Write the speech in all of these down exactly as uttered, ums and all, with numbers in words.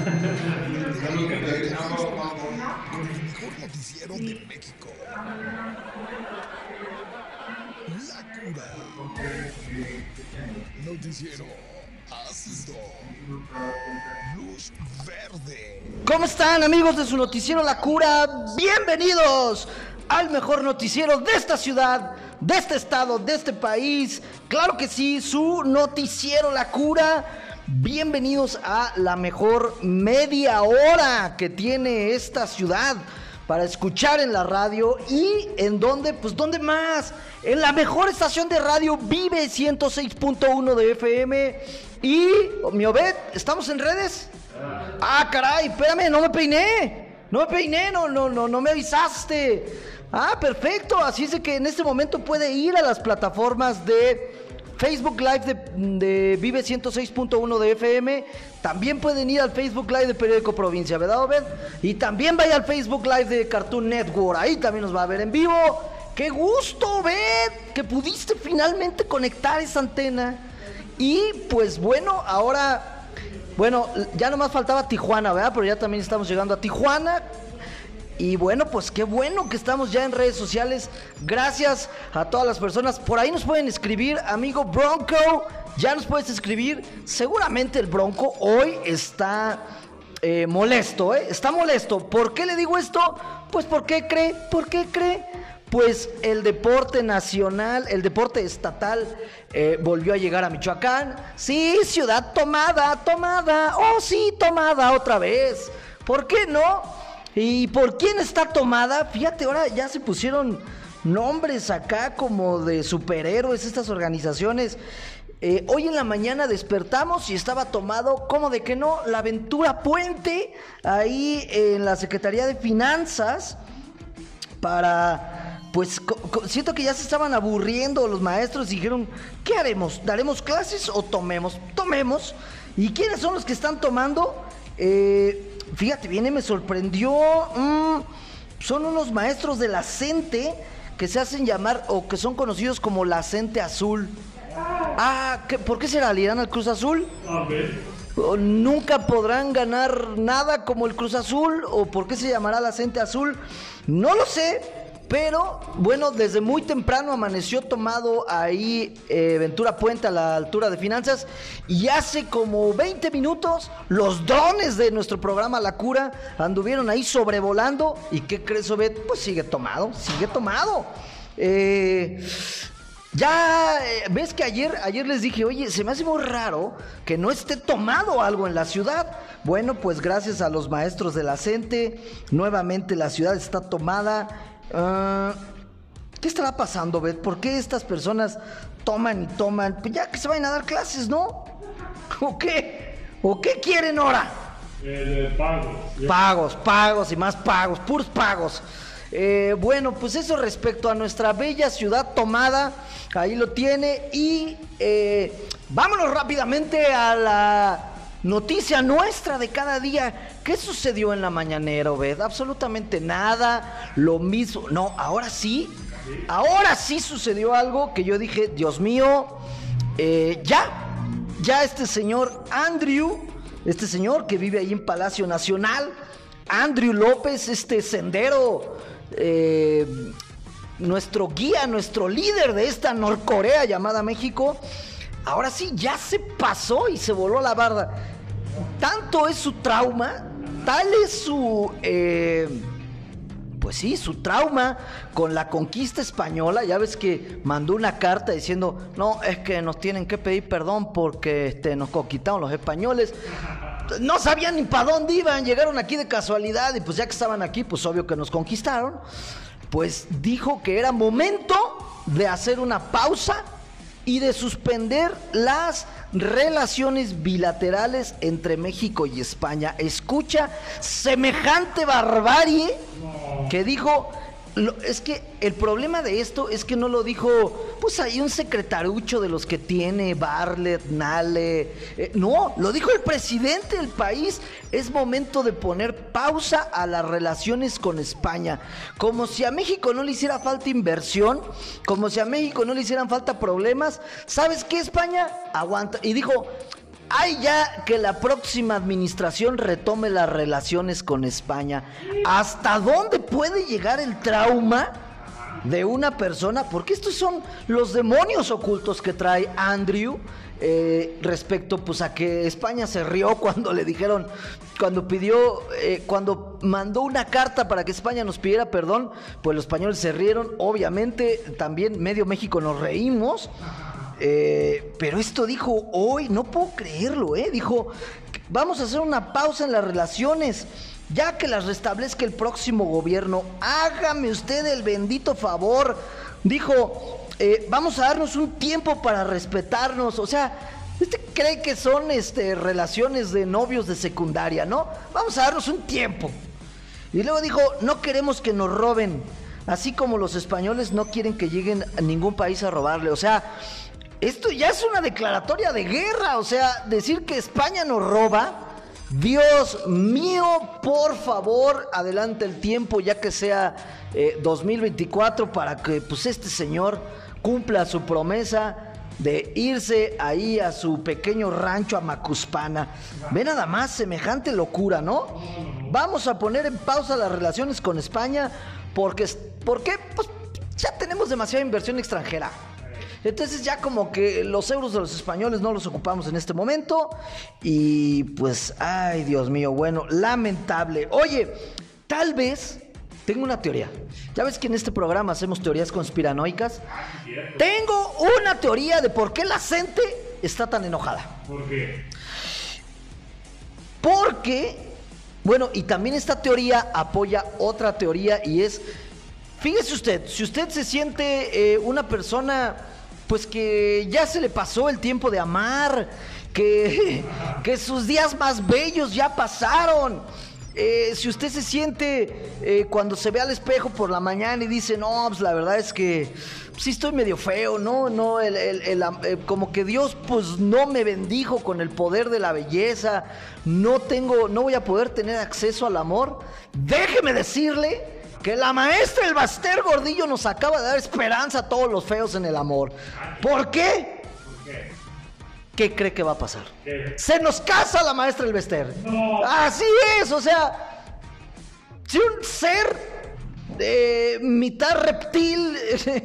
Mejor noticiero de México. La cura. Noticiero ácido. Luz verde. ¿Cómo están, amigos de su noticiero La Cura? Bienvenidos al mejor noticiero de esta ciudad, de este estado, de este país. Claro que sí, su noticiero La Cura. Bienvenidos a la mejor media hora que tiene esta ciudad para escuchar en la radio. ¿Y en dónde? Pues ¿dónde más? En la mejor estación de radio, Vive ciento seis punto uno de F M. Y, mi Obed, ¿estamos en redes? Ah, caray, espérame, no me peiné. No me peiné, no, no, no, no me avisaste. Ah, perfecto, así es de que en este momento puede ir a las plataformas de Facebook Live de, de Vive ciento seis punto uno de F M. También pueden ir al Facebook Live de Periódico Provincia, ¿verdad, Obed? Y también vaya al Facebook Live de Cartoon Network, ahí también nos va a ver en vivo. ¡Qué gusto, Obed! Que pudiste finalmente conectar esa antena. Y pues bueno, ahora, bueno, ya nomás faltaba Tijuana, ¿verdad? Pero ya también estamos llegando a Tijuana. Y bueno, pues qué bueno que estamos ya en redes sociales. Gracias a todas las personas. Por ahí nos pueden escribir, amigo Bronco. Ya nos puedes escribir. Seguramente el Bronco hoy está eh, molesto, ¿eh? Está molesto. ¿Por qué le digo esto? Pues ¿por qué cree? ¿Por qué cree? Pues el deporte nacional, el deporte estatal eh, volvió a llegar a Michoacán. Sí, ciudad tomada, tomada. Oh, sí, tomada otra vez. ¿Por qué no? ¿Y por quién está tomada? Fíjate, ahora ya se pusieron nombres acá como de superhéroes estas organizaciones. Eh, hoy en la mañana despertamos y estaba tomado, ¿cómo de que no? La Aventura Puente, ahí en la Secretaría de Finanzas, para... Pues co- co- siento que ya se estaban aburriendo los maestros y dijeron, ¿qué haremos? ¿Daremos clases o tomemos? Tomemos. ¿Y quiénes son los que están tomando? Eh, fíjate, viene, me sorprendió. Mm, son unos maestros de la CENTE que se hacen llamar o que son conocidos como la CENTE Azul. Ah, ¿qué, ¿por qué será? ¿Le irán al Cruz Azul? A ver. ¿O nunca podrán ganar nada como el Cruz Azul? ¿O por qué se llamará la CENTE Azul? No lo sé. Pero, bueno, desde muy temprano amaneció tomado ahí eh, Ventura Puente a la altura de Finanzas. Y hace como veinte minutos los drones de nuestro programa La Cura anduvieron ahí sobrevolando. ¿Y qué crees, Obed? Pues sigue tomado, sigue tomado. Eh... Ya, eh, ves que ayer, ayer les dije, oye, se me hace muy raro que no esté tomado algo en la ciudad. Bueno, pues gracias a los maestros de la CENTE, nuevamente la ciudad está tomada. Uh, ¿Qué estará pasando, Bet? ¿Por qué estas personas toman y toman? Pues ya que se vayan a dar clases, ¿no? ¿O qué? ¿O qué quieren ahora? Eh, pagos. Pagos, pagos y más pagos, puros pagos. Eh, bueno, pues eso respecto a nuestra bella ciudad tomada, ahí lo tiene. Y eh, vámonos rápidamente a la noticia nuestra de cada día. ¿Qué sucedió en la mañanera, Obed? Absolutamente nada, lo mismo. No, ahora sí, ahora sí sucedió algo que yo dije, Dios mío, eh, ya, ya este señor Andrew, este señor que vive ahí en Palacio Nacional, Andrew López, este sendero, eh, nuestro guía, nuestro líder de esta Norcorea llamada México, ahora sí ya se pasó y se voló la barda. Tanto es su trauma, tal es su, eh, pues sí, su trauma con la conquista española. Ya ves que mandó una carta diciendo, no, es que nos tienen que pedir perdón porque este, nos conquistaron los españoles. No sabían ni para dónde iban, llegaron aquí de casualidad y pues ya que estaban aquí, pues obvio que nos conquistaron. Pues dijo que era momento de hacer una pausa y de suspender las relaciones bilaterales entre México y España. Escucha semejante barbarie que dijo. Lo, es que el problema de esto es que no lo dijo, pues hay un secretarucho de los que tiene Barlet, Nale, eh, no, lo dijo el presidente del país. Es momento de poner pausa a las relaciones con España, como si a México no le hiciera falta inversión, como si a México no le hicieran falta problemas. ¿Sabes qué, España? Aguanta. Y dijo, hay ya que la próxima administración retome las relaciones con España. ¿Hasta dónde puede llegar el trauma de una persona? Porque estos son los demonios ocultos que trae Andrew eh, respecto pues a que España se rió cuando le dijeron, cuando pidió, eh, cuando mandó una carta para que España nos pidiera perdón, pues los españoles se rieron, obviamente también medio México nos reímos. Eh, pero esto dijo hoy, no puedo creerlo, eh, dijo, vamos a hacer una pausa en las relaciones, ya que las restablezca el próximo gobierno. Hágame usted el bendito favor. Dijo, eh, vamos a darnos un tiempo para respetarnos. O sea, ¿usted cree que son este, relaciones de novios de secundaria, no? Vamos a darnos un tiempo. Y luego dijo, no queremos que nos roben, así como los españoles no quieren que lleguen a ningún país a robarle. O sea, esto ya es una declaratoria de guerra. O sea, decir que España nos roba. Dios mío, por favor, adelante el tiempo, ya que sea eh, dos mil veinticuatro, para que pues este señor cumpla su promesa de irse ahí a su pequeño rancho a Macuspana. Ve nada más, semejante locura, ¿no? Vamos a poner en pausa las relaciones con España porque, ¿por qué? Pues ya tenemos demasiada inversión extranjera. Entonces ya como que los euros de los españoles no los ocupamos en este momento. Y pues, ay Dios mío, bueno, lamentable. Oye, tal vez tengo una teoría. Ya ves que en este programa hacemos teorías conspiranoicas. Tengo una teoría de por qué la gente está tan enojada. ¿Por qué? Porque, bueno, y también esta teoría apoya otra teoría y es, fíjese usted, si usted se siente eh, una persona pues que ya se le pasó el tiempo de amar, que, que sus días más bellos ya pasaron. Eh, si usted se siente eh, cuando se ve al espejo por la mañana y dice, no, pues la verdad es que sí estoy medio feo, ¿no? no el, el, el, el, como que Dios pues no me bendijo con el poder de la belleza, no tengo, no voy a poder tener acceso al amor. Déjeme decirle que la maestra El Baster Gordillo nos acaba de dar esperanza a todos los feos en el amor. ¿Por qué? ¿Por qué? ¿Qué cree que va a pasar? ¿Qué? Se nos casa la maestra El Baster. No. Así es, o sea, si un ser eh, mitad reptil,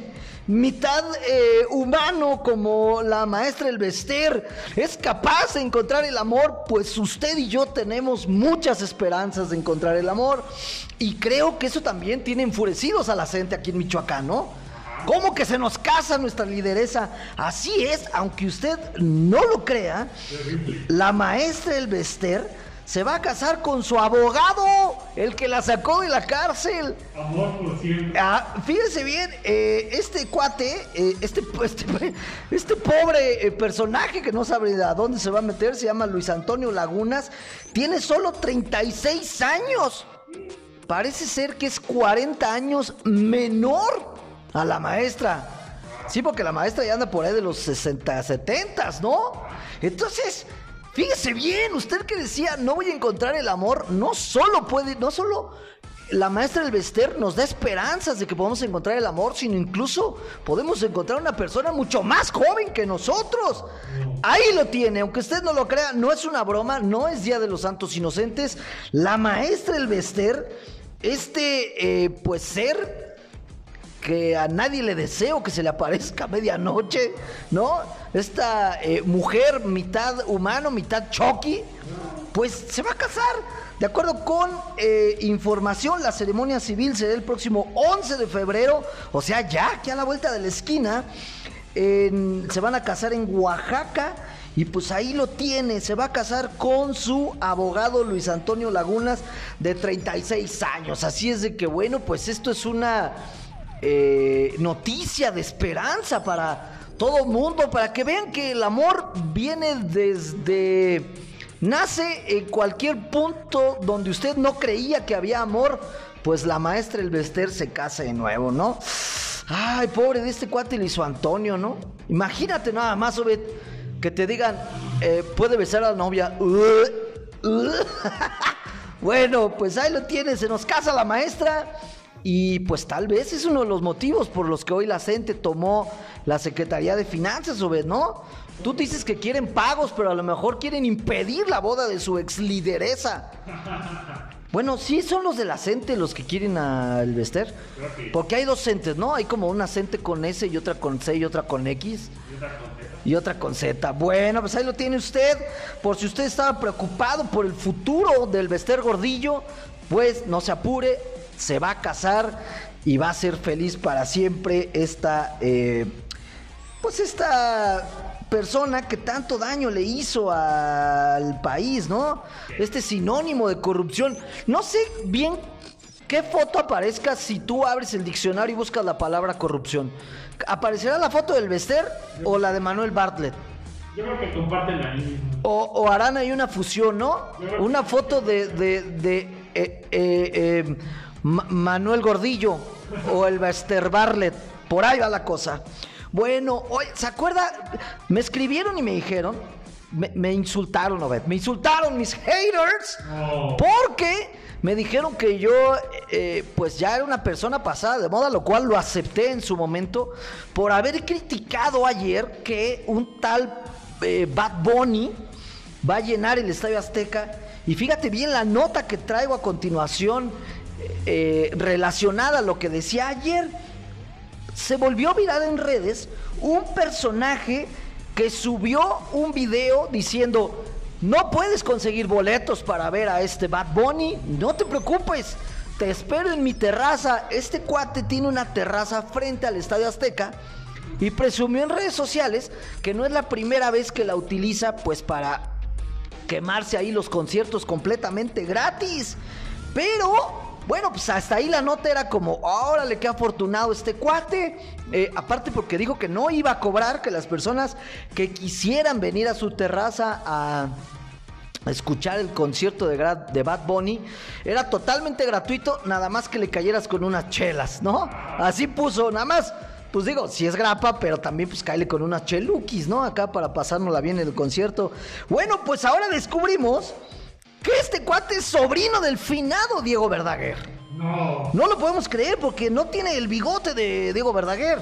mitad eh, humano como la maestra El Baster es capaz de encontrar el amor, pues usted y yo tenemos muchas esperanzas de encontrar el amor. Y creo que eso también tiene enfurecidos a la gente aquí en Michoacán, ¿no? ¿Cómo que se nos casa nuestra lideresa? Así es, aunque usted no lo crea, la maestra El Baster se va a casar con su abogado, el que la sacó de la cárcel. Amor por siempre. Ah, fíjense bien, eh, este cuate, eh, este, este, este pobre eh, personaje que no sabe a dónde se va a meter, se llama Luis Antonio Lagunas, tiene solo treinta y seis años. Parece ser que es cuarenta años menor a la maestra. Sí, porque la maestra ya anda por ahí de los sesenta, setenta, ¿no? Entonces, fíjese bien, usted que decía, no voy a encontrar el amor, no solo puede, no solo la maestra El Baster nos da esperanzas de que podamos encontrar el amor, sino incluso podemos encontrar una persona mucho más joven que nosotros. Ahí lo tiene, aunque usted no lo crea, no es una broma, no es Día de los Santos Inocentes. La maestra El Baster, este, eh, pues ser que a nadie le deseo que se le aparezca a medianoche, ¿no? Esta eh, mujer mitad humano, mitad Chucky, pues se va a casar. De acuerdo con eh, información, la ceremonia civil será el próximo once de febrero, o sea, ya, aquí a la vuelta de la esquina. En, se van a casar en Oaxaca y pues ahí lo tiene, se va a casar con su abogado Luis Antonio Lagunas de treinta y seis años. Así es de que, bueno, pues esto es una eh, noticia de esperanza para todo mundo, para que vean que el amor viene desde... nace en cualquier punto donde usted no creía que había amor, pues la maestra El Baster se casa de nuevo, ¿no? Ay, pobre de este cuate Luis Antonio, ¿no? Imagínate nada más, Obed, que te digan, eh, puede besar a la novia. Uh, uh. Bueno, pues ahí lo tienes, se nos casa la maestra. Y pues tal vez es uno de los motivos por los que hoy la gente tomó la Secretaría de Finanzas, Obed, ¿no? Tú dices que quieren pagos, pero a lo mejor quieren impedir la boda de su ex lideresa. Bueno, sí son los de la Cente los que quieren al Bester. Porque hay dos Centes, ¿no? Hay como una Cente con S y otra con C y otra con X. Y otra con Z. Bueno, pues ahí lo tiene usted. Por si usted estaba preocupado por el futuro del Bester Gordillo, pues no se apure, se va a casar y va a ser feliz para siempre esta, eh, pues esta persona que tanto daño le hizo al país, ¿no? Este sinónimo de corrupción. No sé bien qué foto aparezca si tú abres el diccionario y buscas la palabra corrupción. ¿Aparecerá la foto del Bester o la de Manuel Bartlett? Yo creo que comparten la misma. O, o harán ahí una fusión, ¿no? Una foto de, de, de eh, eh, eh, Ma- Manuel Gordillo o el Bester Bartlett. Por ahí va la cosa. Bueno, oye, ¿se acuerda? Me escribieron y me dijeron, me, me insultaron, Obed, me insultaron mis haters, Oh. porque me dijeron que yo, eh, pues ya era una persona pasada de moda, lo cual lo acepté en su momento, por haber criticado ayer que un tal eh, Bad Bunny va a llenar el Estadio Azteca. Y fíjate bien la nota que traigo a continuación, eh, relacionada a lo que decía ayer. Se volvió viral en redes un personaje que subió un video diciendo: no puedes conseguir boletos para ver a este Bad Bunny, no te preocupes, te espero en mi terraza. Este cuate tiene una terraza frente al Estadio Azteca y presumió en redes sociales que no es la primera vez que la utiliza, pues para quemarse ahí los conciertos completamente gratis. Pero bueno, pues hasta ahí la nota era como, órale, qué afortunado este cuate. Eh, aparte porque dijo que no iba a cobrar, que las personas que quisieran venir a su terraza a escuchar el concierto de, gra- de Bad Bunny era totalmente gratuito, nada más que le cayeras con unas chelas, ¿no? Así puso, nada más. Pues digo, si es grapa, pero también pues cáele con unas cheluquis, ¿no? Acá para pasárnosla bien en el concierto. Bueno, pues ahora descubrimos que este cuate es sobrino del finado Diego Verdaguer. No. No lo podemos creer porque no tiene el bigote de Diego Verdaguer.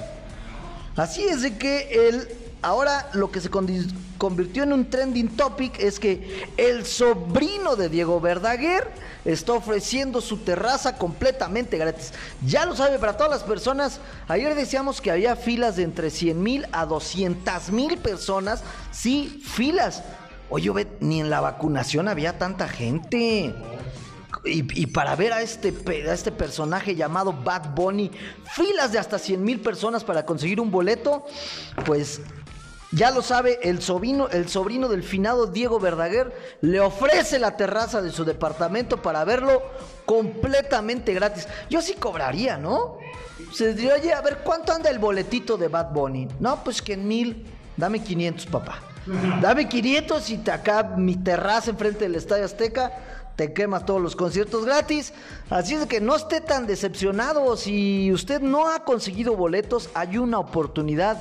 Así es de que él, ahora lo que se condi- convirtió en un trending topic es que el sobrino de Diego Verdaguer está ofreciendo su terraza completamente gratis. Ya lo sabe, para todas las personas. Ayer decíamos que había filas de entre cien mil a doscientas mil personas. Sí, filas. Oye, Obed, ni en la vacunación había tanta gente. Y, y para ver a este, pe- a este personaje llamado Bad Bunny, filas de hasta cien mil personas para conseguir un boleto. Pues ya lo sabe, el sobrino, el sobrino del finado Diego Verdaguer le ofrece la terraza de su departamento para verlo completamente gratis. Yo sí cobraría, ¿no? Se diría, oye, a ver, ¿cuánto anda el boletito de Bad Bunny? No, pues que en mil, dame quinientos, papá. Dame quinientos y te acá mi terraza enfrente del Estadio Azteca, te quemas todos los conciertos gratis. Así es que no esté tan decepcionado. Si usted no ha conseguido boletos, hay una oportunidad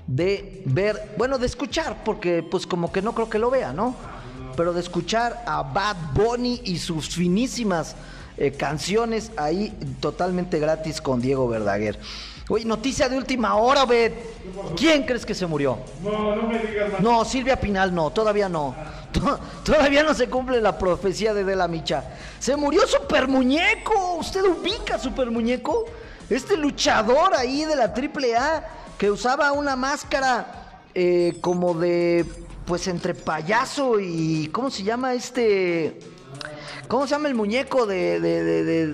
de ver, bueno, de escuchar, porque pues como que no creo que lo vea, ¿no? Pero de escuchar a Bad Bunny y sus finísimas eh, canciones ahí totalmente gratis con Diego Verdaguer. Oye, noticia de última hora, Obed. ¿Quién crees que se murió? No, no me digas más. No, Silvia Pinal no, todavía no. To- Todavía no se cumple la profecía de De la Micha. Se murió Super Muñeco. ¿Usted ubica a Super Muñeco? Este luchador ahí de la triple A que usaba una máscara eh, como de, pues entre payaso y... ¿Cómo se llama este? ¿Cómo se llama el muñeco de... de, de, de...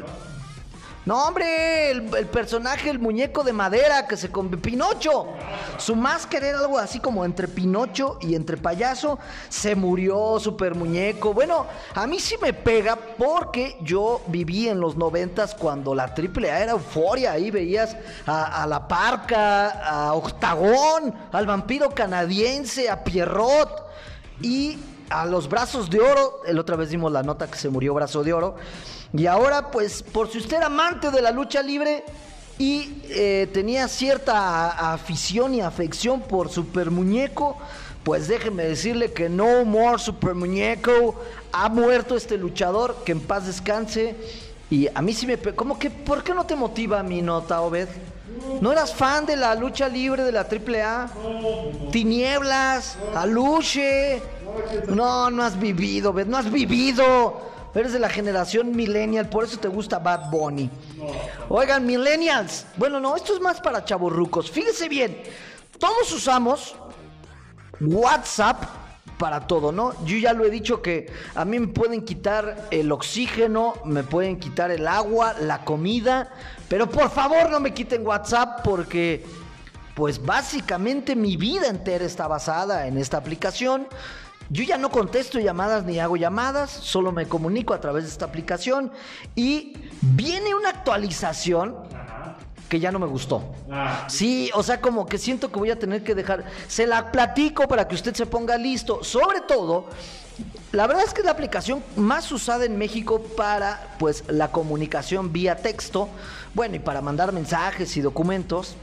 No, hombre, el, el personaje, el muñeco de madera que se con Pinocho. Su máscara era algo así como entre Pinocho y entre payaso. Se murió Super Muñeco. Bueno, a mí sí me pega porque yo viví en los noventas cuando la triple A era euforia. Ahí veías a, a La Parca, a Octagón, al vampiro canadiense, a Pierrot y a los Brazos de Oro. El otra vez dimos la nota que se murió Brazo de Oro. Y ahora, pues, por si usted era amante de la lucha libre y eh, tenía cierta a- afición y afección por Super Muñeco, pues déjeme decirle que no more Super Muñeco. Ha muerto este luchador, que en paz descanse. Y a mí sí me... pe- ¿Cómo que? ¿Por qué no te motiva mi nota, Obed? ¿No eras fan de la lucha libre de la triple A? Tinieblas, Aluche. No, no has vivido, ¿ves? No has vivido. Eres de la generación millennial, por eso te gusta Bad Bunny. Oigan, millennials. Bueno, no, esto es más para chavorrucos. Fíjense bien, todos usamos WhatsApp para todo, ¿no? Yo ya lo he dicho que a mí me pueden quitar el oxígeno, me pueden quitar el agua, la comida, pero por favor no me quiten WhatsApp porque, pues básicamente mi vida entera está basada en esta aplicación. Yo ya no contesto llamadas ni hago llamadas, solo me comunico a través de esta aplicación y viene una actualización que ya no me gustó. Sí, o sea, como que siento que voy a tener que dejar, se la platico para que usted se ponga listo. Sobre todo, la verdad es que es la aplicación más usada en México para, pues, la comunicación vía texto, bueno, y para mandar mensajes y documentos.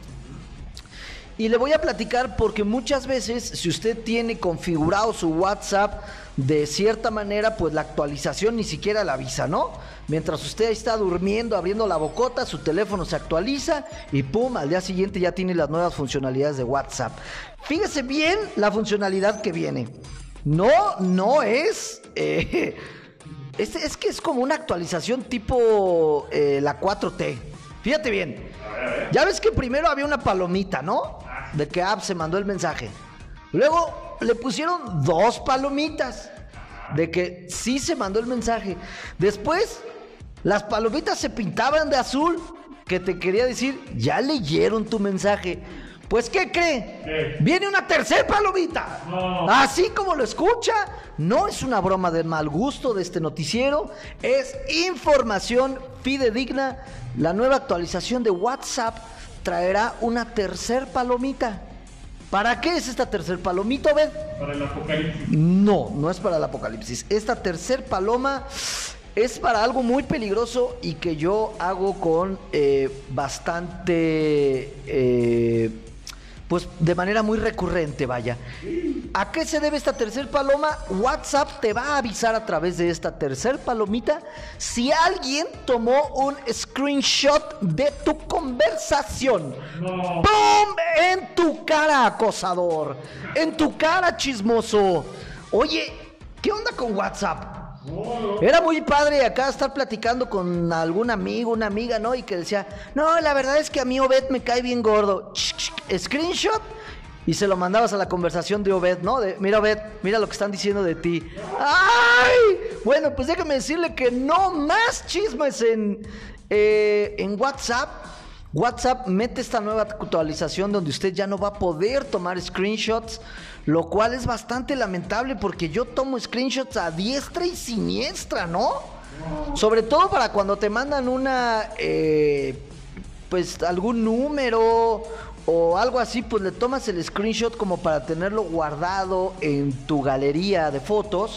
Y le voy a platicar porque muchas veces, si usted tiene configurado su WhatsApp de cierta manera, pues la actualización ni siquiera la avisa, ¿no? Mientras usted está durmiendo, abriendo la bocota, su teléfono se actualiza y pum, al día siguiente ya tiene las nuevas funcionalidades de WhatsApp. Fíjese bien la funcionalidad que viene. No, no es... Eh, es, es que es como una actualización tipo eh, la cuatro T. Fíjate bien. Ya ves que primero había una palomita, ¿no? De que App se mandó el mensaje. Luego le pusieron dos palomitas de que sí se mandó el mensaje. Después las palomitas se pintaban de azul, que te quería decir, ya leyeron tu mensaje. Pues, ¿qué cree? ¿Qué? Viene una tercera palomita. No. Así como lo escucha, no es una broma de mal gusto de este noticiero, es información fidedigna. La nueva actualización de WhatsApp traerá una tercer palomita. ¿Para qué es esta tercer palomita, Obed? Para el apocalipsis. No, no es para el apocalipsis. Esta tercer paloma es para algo muy peligroso y que yo hago con eh, bastante... Eh, pues de manera muy recurrente, vaya. ¿A qué se debe esta tercer paloma? WhatsApp te va a avisar a través de esta tercer palomita si alguien tomó un screenshot de tu conversación. No. ¡Pum! En tu cara, acosador. En tu cara, chismoso. Oye, ¿qué onda con WhatsApp? Era muy padre acá estar platicando con algún amigo, una amiga, ¿no? Y que decía, no, la verdad es que a mí Obed me cae bien gordo. Screenshot. Y se lo mandabas a la conversación de Obed, ¿no? De, mira Obed, mira lo que están diciendo de ti. ¡Ay! Bueno, pues déjame decirle que no más chismes en, eh, en WhatsApp. WhatsApp mete esta nueva actualización donde usted ya no va a poder tomar screenshots, lo cual es bastante lamentable porque yo tomo screenshots a diestra y siniestra, ¿no? Sobre todo para cuando te mandan una, eh, pues algún número o algo así, pues le tomas el screenshot como para tenerlo guardado en tu galería de fotos.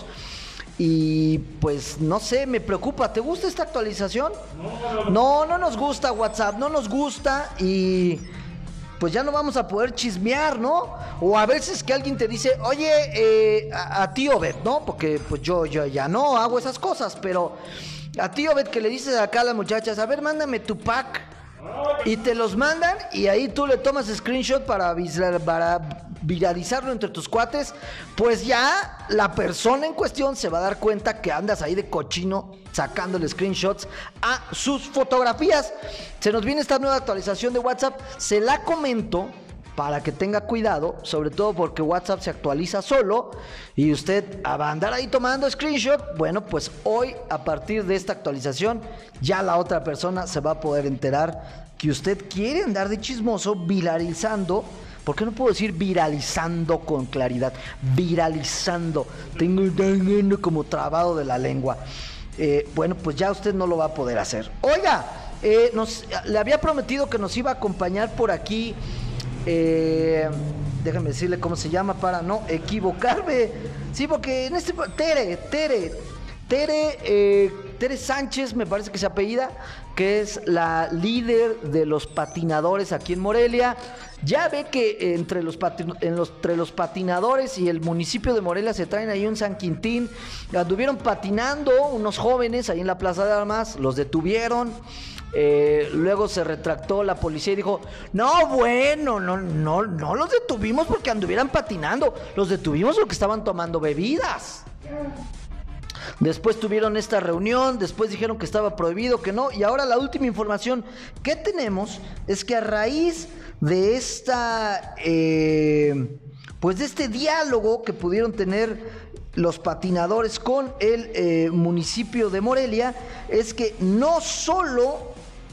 Y pues no sé, me preocupa. ¿Te gusta esta actualización? No, no, no nos gusta WhatsApp, no nos gusta y pues ya no vamos a poder chismear, ¿no? O a veces que alguien te dice, oye, eh, a, a ti Obed, ¿no? Porque pues yo, yo ya no hago esas cosas, pero a ti Obed que le dices acá a las muchachas, a ver, mándame tu pack. Y te los mandan y ahí tú le tomas screenshot para, vislar, para viralizarlo entre tus cuates. Pues ya la persona en cuestión se va a dar cuenta que andas ahí de cochino sacándole screenshots a sus fotografías. Se nos viene esta nueva actualización de WhatsApp. Se la comento para que tenga cuidado, sobre todo porque WhatsApp se actualiza solo y usted va a andar ahí tomando screenshot. Bueno, pues hoy a partir de esta actualización ya la otra persona se va a poder enterar que usted quiere andar de chismoso viralizando. ¿Por qué no puedo decir viralizando con claridad? Viralizando. Tengo como trabado de la lengua. Eh, bueno, pues ya usted no lo va a poder hacer. Oiga, eh, nos, le había prometido que nos iba a acompañar por aquí. Eh, déjame decirle cómo se llama para no equivocarme. Sí, porque en este... Tere, Tere. Tere, eh, Tere Sánchez, me parece que se apellida, que es la líder de los patinadores aquí en Morelia. Ya ve que entre los, patin- en los, entre los patinadores y el municipio de Morelia se traen ahí un San Quintín. Anduvieron patinando unos jóvenes ahí en la Plaza de Armas, los detuvieron. Eh, luego se retractó la policía y dijo, no, bueno, no, no, no los detuvimos porque anduvieran patinando, los detuvimos porque estaban tomando bebidas. Después tuvieron esta reunión, después dijeron que estaba prohibido, que no, y ahora la última información que tenemos es que a raíz de esta, eh, pues de este diálogo que pudieron tener los patinadores con el eh, municipio de Morelia, es que no solo,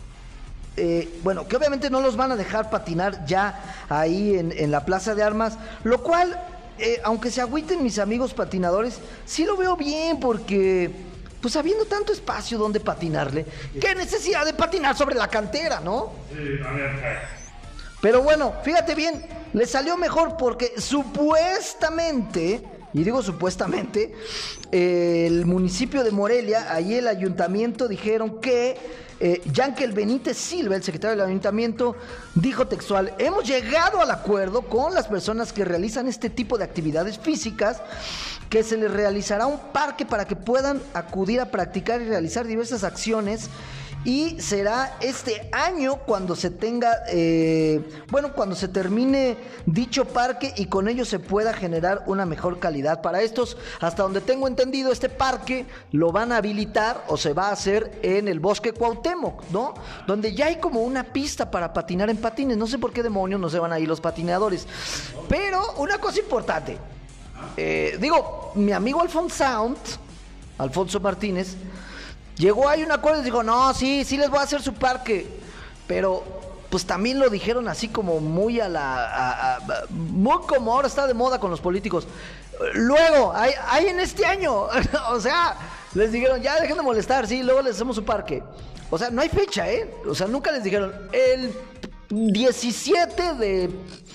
eh, bueno, que obviamente no los van a dejar patinar ya ahí en, en la Plaza de Armas, lo cual... Eh, aunque se agüiten mis amigos patinadores, sí lo veo bien porque, pues habiendo tanto espacio donde patinarle, qué necesidad de patinar sobre la cantera, ¿no? Sí, a ver, Pero bueno, fíjate bien, le salió mejor porque supuestamente, y digo supuestamente, eh, el municipio de Morelia, ahí el ayuntamiento dijeron que Eh, Yankel Benítez Silva, el secretario del ayuntamiento, dijo textual: hemos llegado al acuerdo con las personas que realizan este tipo de actividades físicas, que se les realizará un parque para que puedan acudir a practicar y realizar diversas acciones, y será este año cuando se tenga, eh, bueno, cuando se termine dicho parque y con ello se pueda generar una mejor calidad para estos. Hasta donde tengo entendido, este parque lo van a habilitar o se va a hacer en el Bosque Cuauhtémoc, ¿no? Donde ya hay como una pista para patinar en patines. No sé por qué demonios no se van ahí los patinadores. Pero una cosa importante, eh, digo, mi amigo Alfonso, Alfonso Martínez, llegó ahí un acuerdo y dijo, no, sí, sí les voy a hacer su parque. Pero, pues también lo dijeron así como muy a la... A, a, muy como ahora está de moda con los políticos. Luego, hay, hay en este año. O sea, les dijeron, ya dejen de molestar, sí, luego les hacemos su parque. O sea, no hay fecha, ¿eh? O sea, nunca les dijeron, el diecisiete de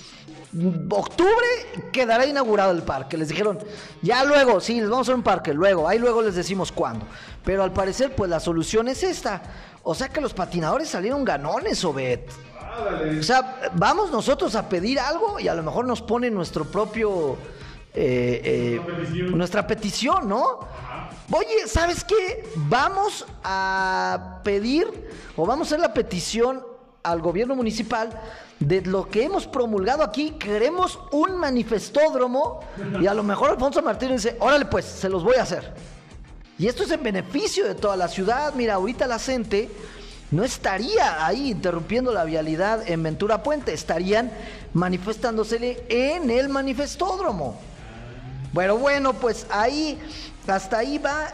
octubre quedará inaugurado el parque. Les dijeron, ya luego, sí, les vamos a hacer un parque, luego, ahí luego les decimos cuándo. Pero al parecer, pues la solución es esta. O sea que los patinadores salieron ganones, Obed. O sea, vamos nosotros a pedir algo y a lo mejor nos ponen nuestro propio... Eh, eh, petición. Nuestra petición, ¿no? Ajá. Oye, ¿sabes qué? Vamos a pedir o vamos a hacer la petición al gobierno municipal de lo que hemos promulgado aquí. Queremos un manifestódromo y a lo mejor Alfonso Martínez dice, órale pues, se los voy a hacer. Y esto es en beneficio de toda la ciudad. Mira, ahorita la gente no estaría ahí interrumpiendo la vialidad en Ventura Puente, estarían manifestándosele en el manifestódromo. Bueno, bueno, pues ahí, hasta ahí va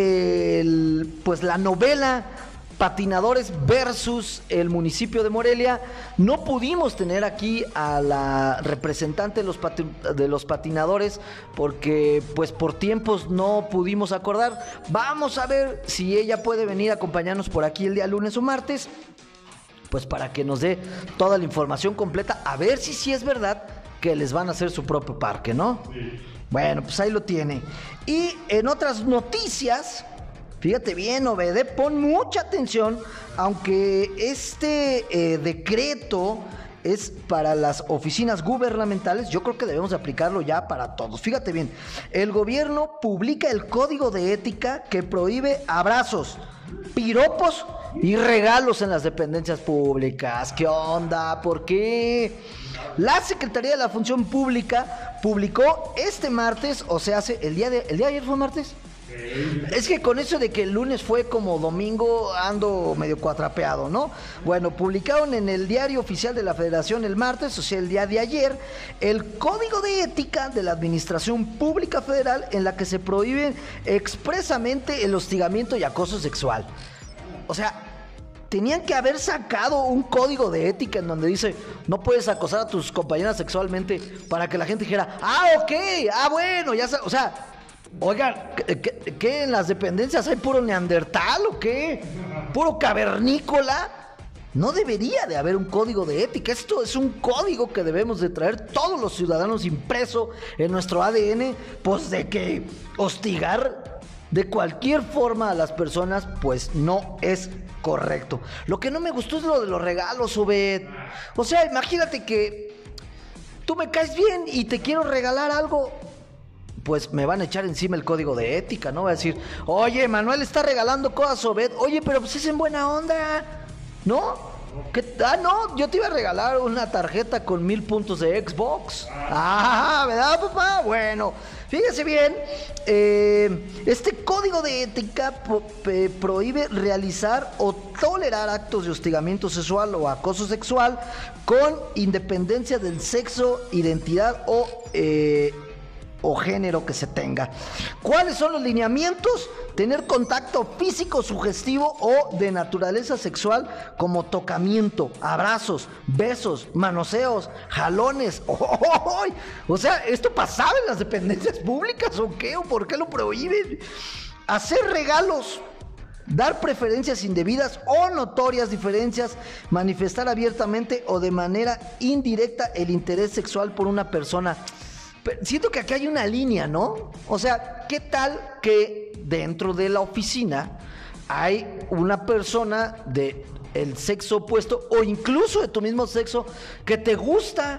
el, pues la novela Patinadores versus el municipio de Morelia. No pudimos tener aquí a la representante de los, pati- de los patinadores porque pues por tiempos no pudimos acordar. Vamos a ver si ella puede venir a acompañarnos por aquí el día lunes o martes, pues para que nos dé toda la información completa, a ver si sí es verdad que les van a hacer su propio parque, ¿no? Sí. Bueno, pues ahí lo tiene. Y en otras noticias, fíjate bien, Obede, pon mucha atención, aunque este eh, decreto es para las oficinas gubernamentales, yo creo que debemos aplicarlo ya para todos. Fíjate bien, el gobierno publica el código de ética que prohíbe abrazos, piropos y regalos en las dependencias públicas. ¿Qué onda? ¿Por qué? La Secretaría de la Función Pública publicó este martes, o sea, hace el día de el día de ayer fue martes. Es que con eso de que el lunes fue como domingo ando medio cuatrapeado, ¿no? Bueno, publicaron en el Diario Oficial de la Federación el martes, o sea, el día de ayer, el Código de Ética de la Administración Pública Federal, en la que se prohíbe expresamente el hostigamiento y acoso sexual. O sea, tenían que haber sacado un código de ética en donde dice, no puedes acosar a tus compañeras sexualmente, para que la gente dijera, ah, ok, ah, bueno, ya sa-". O sea, oigan, ¿qué, qué, qué en las dependencias hay puro neandertal o qué? ¿Puro cavernícola? No debería de haber un código de ética. Esto es un código que debemos de traer todos los ciudadanos impreso en nuestro A D N, pues de que hostigar de cualquier forma a las personas, pues no es correcto. Lo que no me gustó es lo de los regalos, Obed. O sea, imagínate que tú me caes bien y te quiero regalar algo, pues me van a echar encima el código de ética, ¿no? Va a decir, oye, Manuel está regalando cosas, Obed. Oye, pero pues es en buena onda, ¿no? ¿Qué? Ah, no, yo te iba a regalar una tarjeta con mil puntos de Xbox. Ah, ¿verdad, papá? Bueno, fíjese bien, eh, este código de ética pro, eh, prohíbe realizar o tolerar actos de hostigamiento sexual o acoso sexual con independencia del sexo, identidad o... Eh, o género que se tenga. ¿Cuáles son los lineamientos? Tener contacto físico sugestivo o de naturaleza sexual como tocamiento, abrazos, besos, manoseos, jalones. ¡Oh! O sea, ¿esto pasaba en las dependencias públicas o qué? ¿O por qué lo prohíben? Hacer regalos, dar preferencias indebidas o notorias diferencias, manifestar abiertamente o de manera indirecta el interés sexual por una persona. Pero siento que aquí hay una línea, ¿no? O sea, ¿qué tal que dentro de la oficina hay una persona de el sexo opuesto o incluso de tu mismo sexo que te gusta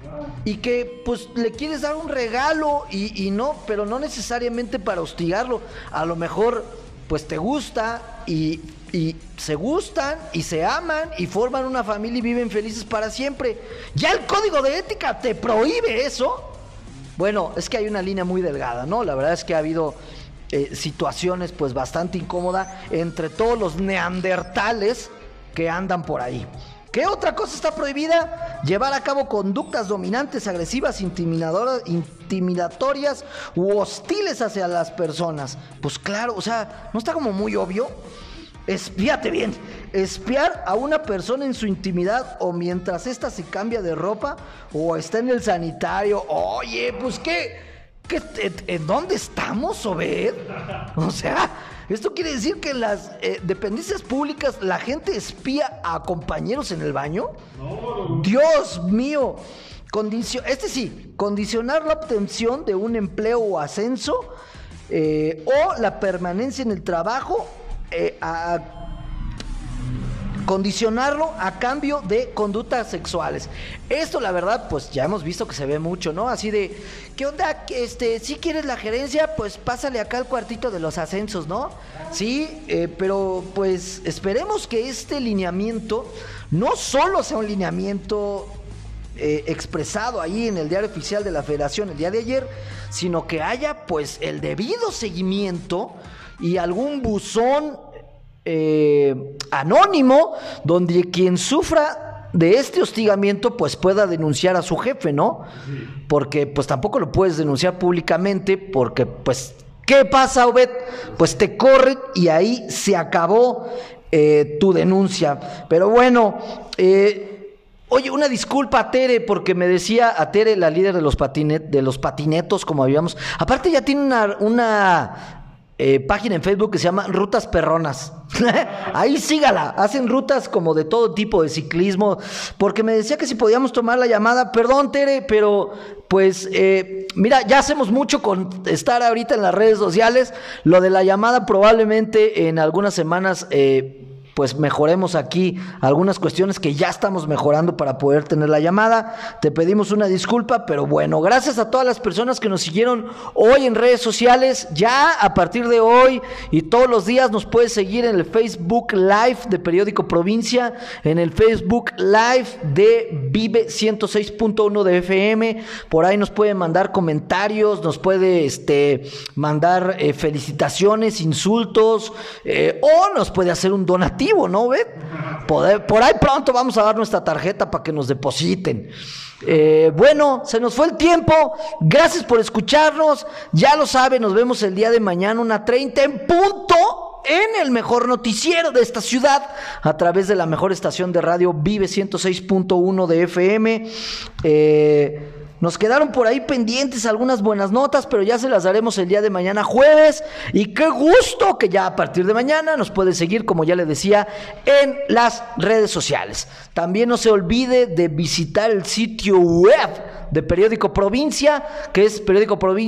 y que pues le quieres dar un regalo y, y no, pero no necesariamente para hostigarlo? A lo mejor pues te gusta y, y se gustan y se aman y forman una familia y viven felices para siempre. ¿Ya el código de ética te prohíbe eso? Bueno, es que hay una línea muy delgada, ¿no? La verdad es que ha habido eh, situaciones pues bastante incómodas entre todos los neandertales que andan por ahí. ¿Qué otra cosa está prohibida? Llevar a cabo conductas dominantes, agresivas, intimidadoras, intimidatorias u hostiles hacia las personas. Pues claro, o sea, ¿no está como muy obvio? Espíate bien, espiar a una persona en su intimidad o mientras ésta se cambia de ropa o está en el sanitario. Oye, pues qué, qué ¿en dónde estamos, Obed? O sea, esto quiere decir que en las eh, dependencias públicas la gente espía a compañeros en el baño. No. Dios mío. Condicio- este sí, condicionar la obtención de un empleo o ascenso eh, o la permanencia en el trabajo. Eh, a condicionarlo a cambio de conductas sexuales. Esto la verdad pues ya hemos visto que se ve mucho, ¿no? Así de, ¿qué onda? Este, si quieres la gerencia, pues pásale acá al cuartito de los ascensos, ¿no? Sí, eh, pero pues esperemos que este lineamiento no solo sea un lineamiento eh, expresado ahí en el diario oficial de la Federación el día de ayer, sino que haya pues el debido seguimiento y algún buzón eh, anónimo donde quien sufra de este hostigamiento pues pueda denunciar a su jefe, ¿no? Porque pues tampoco lo puedes denunciar públicamente porque pues ¿qué pasa, Obed? Pues te corren y ahí se acabó eh, tu denuncia. Pero bueno, eh, oye, una disculpa a Tere, porque me decía a Tere, la líder de los patinet, de los patinetos, como habíamos. Aparte ya tiene una, una eh, página en Facebook que se llama Rutas Perronas. Ahí sígala, hacen rutas como de todo tipo de ciclismo, porque me decía que si podíamos tomar la llamada. Perdón, Tere, pero pues eh, mira, ya hacemos mucho con estar ahorita en las redes sociales. Lo de la llamada probablemente en algunas semanas eh, pues mejoremos aquí algunas cuestiones que ya estamos mejorando para poder tener la llamada. Te pedimos una disculpa, pero bueno, gracias a todas las personas que nos siguieron hoy en redes sociales. Ya a partir de hoy y todos los días nos puedes seguir en el Facebook Live de Periódico Provincia, en el Facebook Live de Vive ciento seis punto uno de F M. Por ahí nos pueden mandar comentarios, nos puede este, mandar eh, felicitaciones, insultos, eh, o nos puede hacer un donativo, ¿no, ve? Poder, por ahí pronto vamos a dar nuestra tarjeta para que nos depositen. Eh, bueno, se nos fue el tiempo. Gracias por escucharnos. Ya lo saben, nos vemos el día de mañana, una treinta en punto, en el mejor noticiero de esta ciudad, a través de la mejor estación de radio Vive ciento seis punto uno de F M. Eh... Nos quedaron por ahí pendientes algunas buenas notas, pero ya se las daremos el día de mañana jueves. Y qué gusto que ya a partir de mañana nos puede seguir, como ya le decía, en las redes sociales. También no se olvide de visitar el sitio web de Periódico Provincia, que es periódico provincia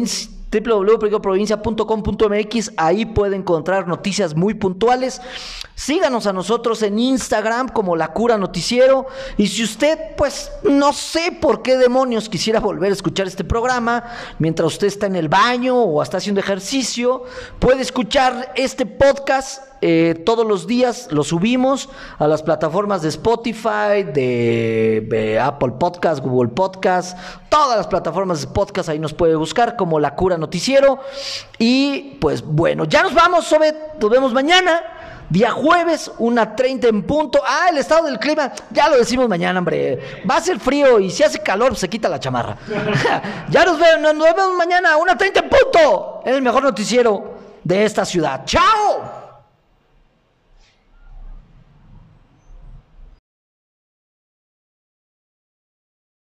doble u doble u doble u punto periódico provincia punto com punto m x. Ahí puede encontrar noticias muy puntuales. Síganos a nosotros en Instagram como La Cura Noticiero. Y si usted, pues, no sé por qué demonios quisiera volver a escuchar este programa mientras usted está en el baño o está haciendo ejercicio, puede escuchar este podcast. Eh, todos los días lo subimos a las plataformas de Spotify, de, de Apple Podcast, Google Podcast, todas las plataformas de podcast. Ahí nos puede buscar como La Cura Noticiero. Y pues bueno, ya nos vamos, Sobe. Nos vemos mañana, día jueves, una treinta en punto. Ah, el estado del clima, ya lo decimos mañana, hombre. Va a ser frío y si hace calor, pues se quita la chamarra. Ya nos vemos, nos vemos mañana, una treinta en punto, en el mejor noticiero de esta ciudad. ¡Chao!